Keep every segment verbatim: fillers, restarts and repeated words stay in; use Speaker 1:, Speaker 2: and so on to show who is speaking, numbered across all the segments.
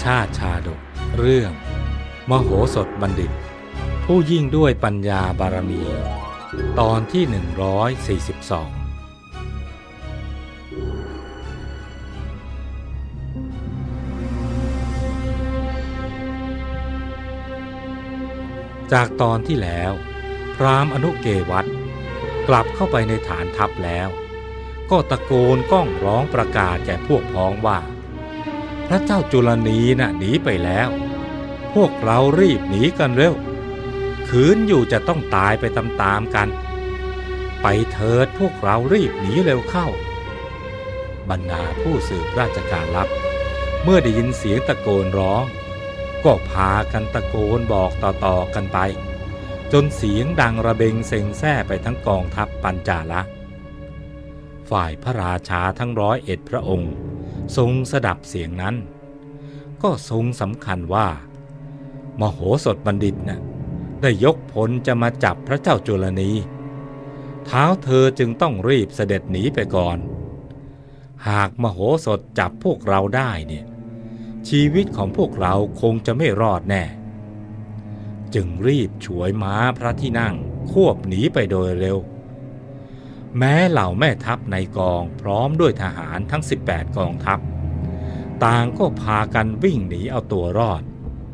Speaker 1: าติชาดกเรื่องมโหสถบัณฑิตผู้ยิ่งด้วยปัญญาบารมีตอนที่หนึ่งร้อยสี่สิบสองจากตอนที่แล้วพราหมณ์อนุเกวัตกลับเข้าไปในฐานทัพแล้วก็ตะโกนก้องร้องประกาศแก่พวกพ้องว่าพระเจ้าจุลนีน่ะหนีไปแล้วพวกเรารีบหนีกันเร็วขืนอยู่จะต้องตายไปตามๆกันไปเถิดพวกเรารีบหนีเร็วเข้าบรรดาผู้สืบราชการลับเมื่อได้ยินเสียงตะโกนร้องก็พากันตะโกนบอกต่อๆกันไปจนเสียงดังระเบงเซ็งแซ่ไปทั้งกองทัพปัญจาละฝ่ายพระราชาทั้งร้อยเอ็ดพระองค์ทรงสดับเสียงนั้นก็ทรงสำคัญว่ามโหสถบัณฑิตน่ะได้ยกพลจะมาจับพระเจ้าจุลนีเท้าเธอจึงต้องรีบเสด็จหนีไปก่อนหากมโหสถจับพวกเราได้เนี่ยชีวิตของพวกเราคงจะไม่รอดแน่จึงรีบฉวยม้าพระที่นั่งควบหนีไปโดยเร็วแม้เหล่าแม่ทัพในกองพร้อมด้วยทหารทั้งสิบแปดกองทัพต่างก็พากันวิ่งหนีเอาตัวรอด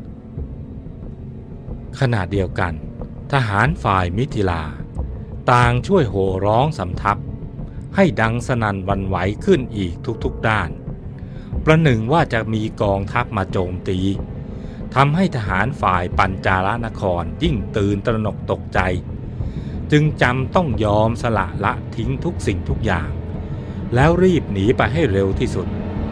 Speaker 1: ขณะเดียวกันทหารฝ่ายมิถิลาต่างช่วยโห่ร้องสำทับให้ดังสนั่นหวั่นไหวขึ้นอีกทุกๆด้านประหนึ่งว่าจะมีกองทัพมาโจมตีทำให้ทหารฝ่ายปัญจาลนครยิ่งตื่นตระหนกตกใจจึงจำต้องยอมสละละทิ้งทุกสิ่งทุกอย่างแล้วรีบหนีไปให้เร็วที่สุด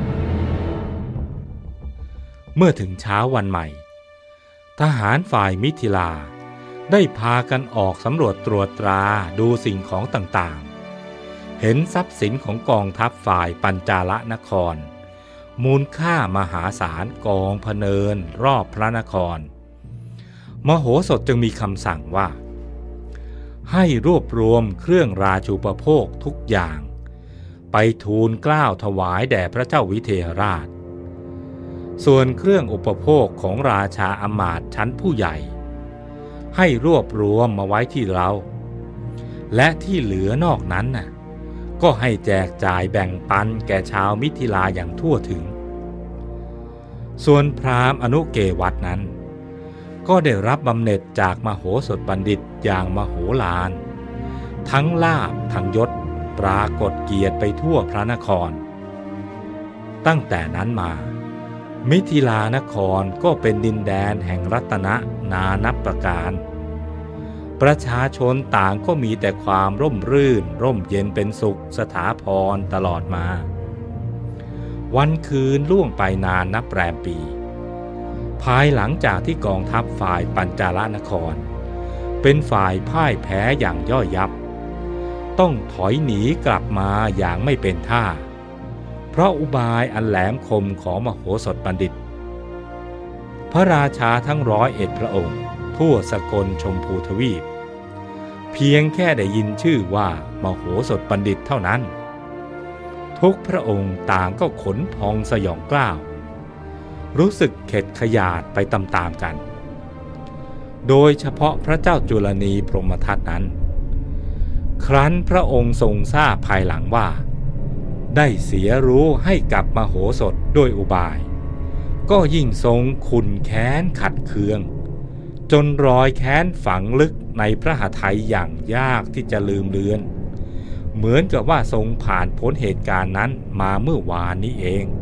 Speaker 1: เมื่อถึงเช้าวันใหม่ทหารฝ่ายมิถิลาได้พากันออกสำรวจตรวจตราดูสิ่งของต่างๆเห็นทรัพย์สินของกองทัพฝ่ายปัญจาลนครมูลค่ามหาศาลกองพเนินรอบพระนครมโหสถจึงมีคำสั่งว่าให้รวบรวมเครื่องราชูปโภคทุกอย่างไปทูลเกล้าถวายแด่พระเจ้าวิเทหราชส่วนเครื่องอุปโภคของราชาอมาตย์ชั้นผู้ใหญ่ให้รวบรวมมาไว้ที่เราและที่เหลือนอกนั้นน่ะก็ให้แจกจ่ายแบ่งปันแก่ชาวมิถิลาอย่างทั่วถึงส่วนพราหมณ์อนุเกวัตนั้นก็ได้รับบำเหน็จจากมโหสถบัณฑิตอย่างมโหฬารทั้งลาภทั้งยศปรากฏเกียรติไปทั่วพระนครตั้งแต่นั้นมามิถิลานครก็เป็นดินแดนแห่งรัตนะนานับประการประชาชนต่างก็มีแต่ความร่มรื่นร่มเย็นเป็นสุขสถาพรตลอดมาวันคืนล่วงไปนานนับแรมปีภายหลังจากที่กองทัพฝ่ายปัญจาลนครเป็นฝ่ายพ่ายแพ้อย่างย่อยยับต้องถอยหนีกลับมาอย่างไม่เป็นท่าเพราะอุบายอันแหลมคมของมโหสถบัณฑิตพระราชาทั้งร้อยเอ็ดพระองค์ทั่วสกลชมพูทวีปเพียงแค่ได้ยินชื่อว่ามโหสถบัณฑิตเท่านั้นทุกพระองค์ต่างก็ขนพองสยองกล้าวรู้สึกเข็ดขยาดไปตามๆกันโดยเฉพาะพระเจ้าจุลนีพรหมทัตนั้นครั้นพระองค์ทรงทราบภายหลังว่าได้เสียรู้ให้กับมโหสถด้วยอุบายก็ยิ่งทรงขุ่นแค้นขัดเคืองจนรอยแค้นฝังลึกในพระหทัยอย่างยากที่จะลืมเลือนเหมือนกับว่าทรงผ่านพ้นเหตุการณ์นั้นมาเมื่อวานนี้เอง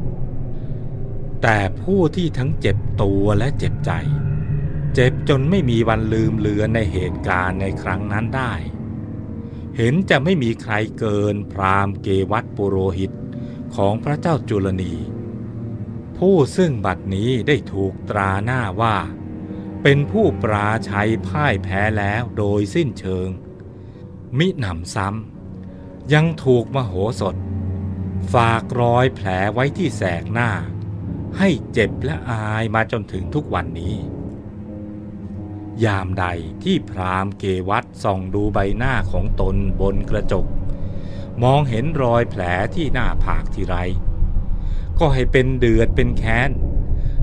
Speaker 1: แต่ผู้ที่ทั้งเจ็บตัวและเจ็บใจเจ็บจนไม่มีวันลืมเลือนในเหตุการณ์ในครั้งนั้นได้เห็นจะไม่มีใครเกินพราหมณ์เกวัตปุโรหิตของพระเจ้าจุลนีผู้ซึ่งบัดนี้ได้ถูกตราหน้าว่าเป็นผู้ปราชัยพ่ายแพ้แล้วโดยสิ้นเชิงมิหนำซ้ำยังถูกมโหสถฝากรอยแผลไว้ที่แสกหน้าให้เจ็บและอายมาจนถึงทุกวันนี้ยามใดที่พราหมณ์เกวัตส่องดูใบหน้าของตนบนกระจกมองเห็นรอยแผลที่หน้าผากทีไรก็ให้เป็นเดือดเป็นแค้น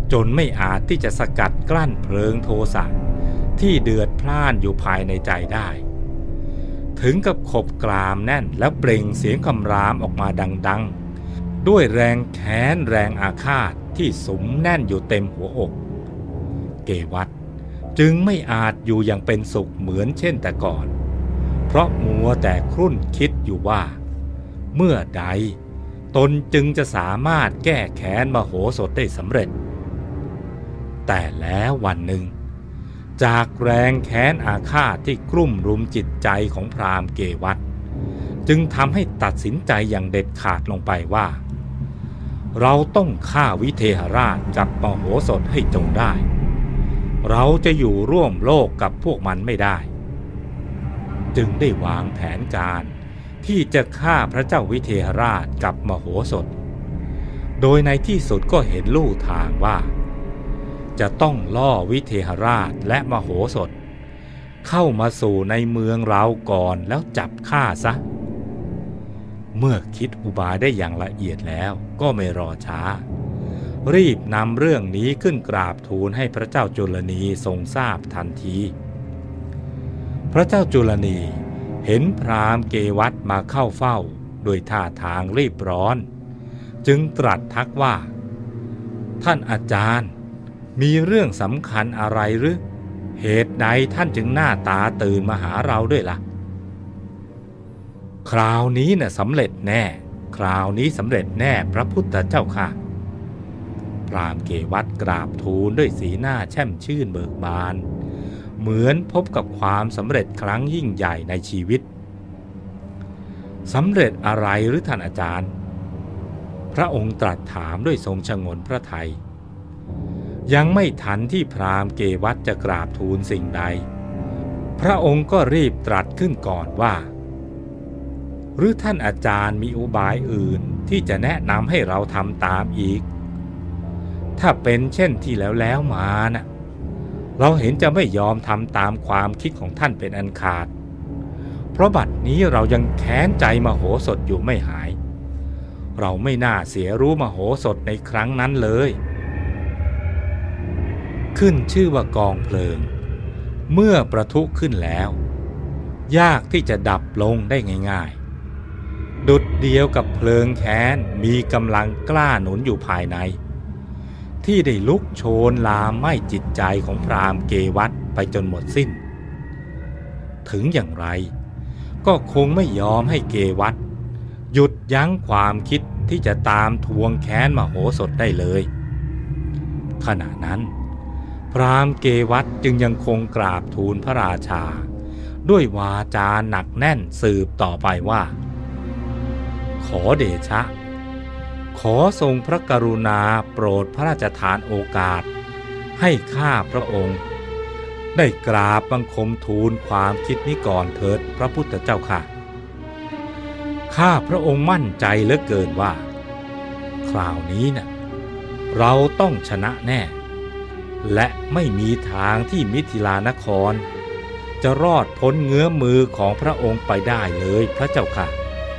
Speaker 1: จนไม่อาจที่จะสกัดกลั้นเพลิงโทสะที่เดือดพล่านอยู่ภายในใจได้ถึงกับขบกรามแน่นแล้วเปล่งเสียงคำรามออกมาดังๆด้วยแรงแค้นแรงอาฆาตที่สุมแน่นอยู่เต็มหัวอกเกวัฏจึงไม่อาจอยู่อย่างเป็นสุขเหมือนเช่นแต่ก่อนเพราะมัวแต่ครุ่นคิดอยู่ว่าเมื่อใดตนจึงจะสามารถแก้แค้นมโหสถได้สำเร็จแต่แล้ววันหนึ่งจากแรงแค้นอาฆาตที่กลุ่มรุมจิตใจของพราหมณ์เกวัฏจึงทำให้ตัดสินใจอย่างเด็ดขาดลงไปว่าเราต้องฆ่าวิเทหราชกับมโหสถให้จงได้เราจะอยู่ร่วมโลกกับพวกมันไม่ได้จึงได้วางแผนการที่จะฆ่าพระเจ้าวิเทหราชกับมโหสถโดยในที่สุดก็เห็นลู่ทางว่าจะต้องล่อวิเทหราชและมโหสถเข้ามาสู่ในเมืองเราก่อนแล้วจับฆ่าซะเมื่อคิดอุบายได้อย่างละเอียดแล้วก็ไม่รอช้ารีบนำเรื่องนี้ขึ้นกราบทูลให้พระเจ้าจุลนีทรงทราบทันทีพระเจ้าจุลนีเห็นพราหมณ์เกวัฏมาเข้าเฝ้าด้วยท่าทางรีบร้อนจึงตรัสทักว่าท่านอาจารย์มีเรื่องสำคัญอะไรหรือเหตุใดท่านจึงหน้าตาตื่นมาหาเราด้วยล่ะคราวนี้น่ะสำเร็จแน่คราวนี้สำเร็จแน่พระพุทธเจ้าค่ะพราหมณ์เกวัฏกราบทูลด้วยสีหน้าแช่มชื่นเบิกบานเหมือนพบกับความสำเร็จครั้งยิ่งใหญ่ในชีวิตสำเร็จอะไรหรือท่านอาจารย์พระองค์ตรัสถามด้วยทรงฉงนพระทัยยังไม่ทันที่พราหมณ์เกวัฏจะกราบทูลสิ่งใดพระองค์ก็รีบตรัสขึ้นก่อนว่าหรือท่านอาจารย์มีอุบายอื่นที่จะแนะนำให้เราทำตามอีกถ้าเป็นเช่นที่แล้วแล้วมานะ่ะเราเห็นจะไม่ยอมทำตามความคิดของท่านเป็นอันขาดเพราะบัดนี้เรายังแค้นใจมโหสถอยู่ไม่หายเราไม่น่าเสียรู้มโหสถในครั้งนั้นเลยขึ้นชื่อว่ากองเพลิงเมื่อประทุขึ้นแล้วยากที่จะดับลงได้ง่ายๆดุจเดียวกับเพลิงแค้นมีกำลังกล้าหนุนอยู่ภายในที่ได้ลุกโชนลามไหม้จิตใจของพราหมณ์เกวัฏไปจนหมดสิ้นถึงอย่างไรก็คงไม่ยอมให้เกวัฏหยุดยั้งความคิดที่จะตามทวงแค้นมโหสถได้เลยขณะนั้นพราหมณ์เกวัฏจึงยังคงกราบทูลพระราชาด้วยวาจาหนักแน่นสืบต่อไปว่าขอเดชะขอทรงพระกรุณาโปรดพระราชทานโอกาสให้ข้าพระองค์ได้กราบบังคมทูลความคิดนี้ก่อนเถิดพระพุทธเจ้าค่ะข้าพระองค์มั่นใจเหลือเกินว่าคราวนี้น่ะเราต้องชนะแน่และไม่มีทางที่มิถิลานครจะรอดพ้นเงื้อมือของพระองค์ไปได้เลยพระเจ้าค่ะ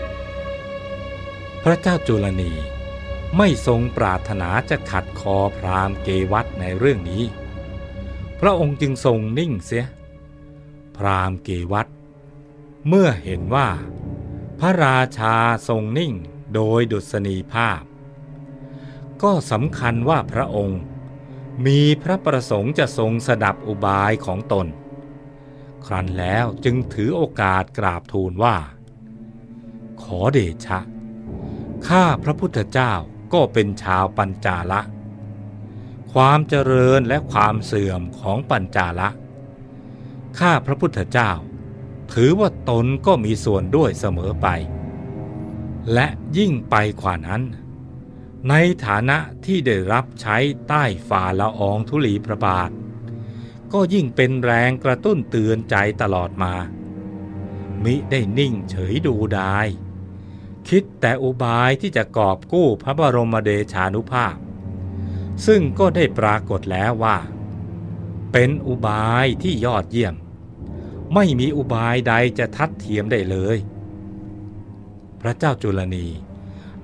Speaker 1: พระเจ้าจุลนีไม่ทรงปรารถนาจะขัดคอพราหมณ์เกวัฏในเรื่องนี้พระองค์จึงทรงนิ่งเสียพราหมณ์เกวัฏเมื่อเห็นว่าพระราชาทรงนิ่งโดยดุษณีภาพก็สำคัญว่าพระองค์มีพระประสงค์จะทรงสดับอุบายของตนครั้นแล้วจึงถือโอกาสกราบทูลว่าขอเดชะข้าพระพุทธเจ้าก็เป็นชาวปัญจาละความเจริญและความเสื่อมของปัญจาละข้าพระพุทธเจ้าถือว่าตนก็มีส่วนด้วยเสมอไปและยิ่งไปกว่านั้นในฐานะที่ได้รับใช้ใต้ฝ่าละอองธุลีพระบาทก็ยิ่งเป็นแรงกระตุ้นเตือนใจตลอดมามิได้นิ่งเฉยดูดายคิดแต่อุบายที่จะกอบกู้พระบรมเดชานุภาพซึ่งก็ได้ปรากฏแล้วว่าเป็นอุบายที่ยอดเยี่ยมไม่มีอุบายใดจะทัดเทียมได้เลยพระเจ้าจุลนี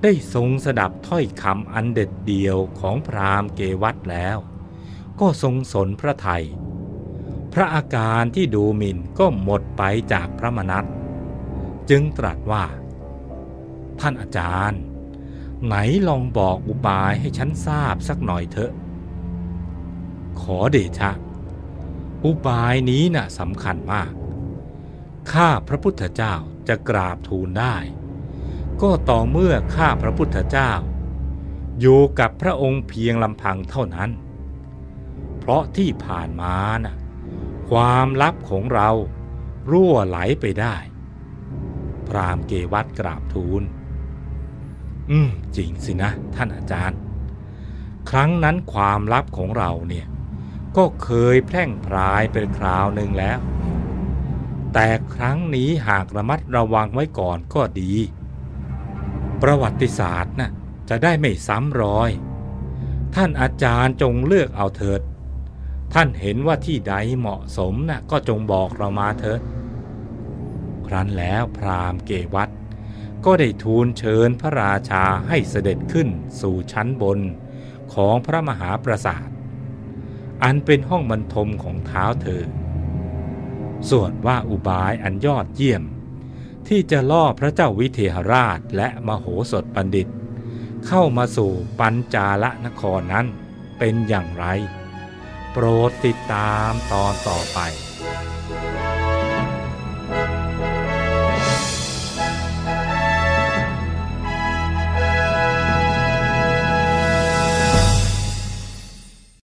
Speaker 1: ได้ทรงสดับถ้อยคำอันเด็ดเดี่ยวของพราหมณ์เกวัฏแล้วก็ทรงสนพระทัยพระอาการที่ดูหมิ่นก็หมดไปจากพระมนัสจึงตรัสว่าท่านอาจารย์ไหนลองบอกอุบายให้ฉันทราบสักหน่อยเถอะขอเดชะอุบายนี้น่ะสำคัญมากข้าพระพุทธเจ้าจะกราบทูลได้ก็ต่อเมื่อข้าพระพุทธเจ้าอยู่กับพระองค์เพียงลำพังเท่านั้นเพราะที่ผ่านมาน่ะความลับของเรารั่วไหลไปได้พราหมณ์เกวัฏกราบทูลอืมจริงสินะท่านอาจารย์ครั้งนั้นความลับของเราเนี่ยก็เคยแพร่งพรายเป็นคราวหนึ่งแล้วแต่ครั้งนี้หากระมัดระวังไว้ก่อนก็ดีประวัติศาสตร์น่ะจะได้ไม่ซ้ำรอยท่านอาจารย์จงเลือกเอาเถิดท่านเห็นว่าที่ใดเหมาะสมน่ะก็จงบอกเรามาเถิดครั้นแล้วพราหมณ์เกวัฏก็ได้ทูลเชิญพระราชาให้เสด็จขึ้นสู่ชั้นบนของพระมหาปราสาทอันเป็นห้องบรรทมของเท้าเธอส่วนว่าอุบายอันยอดเยี่ยมที่จะล่อพระเจ้าวิเทหราชและมโหสถบัณฑิตเข้ามาสู่ปัญจาลนครนั้นเป็นอย่างไรโปรดติดตามตอนต่อไป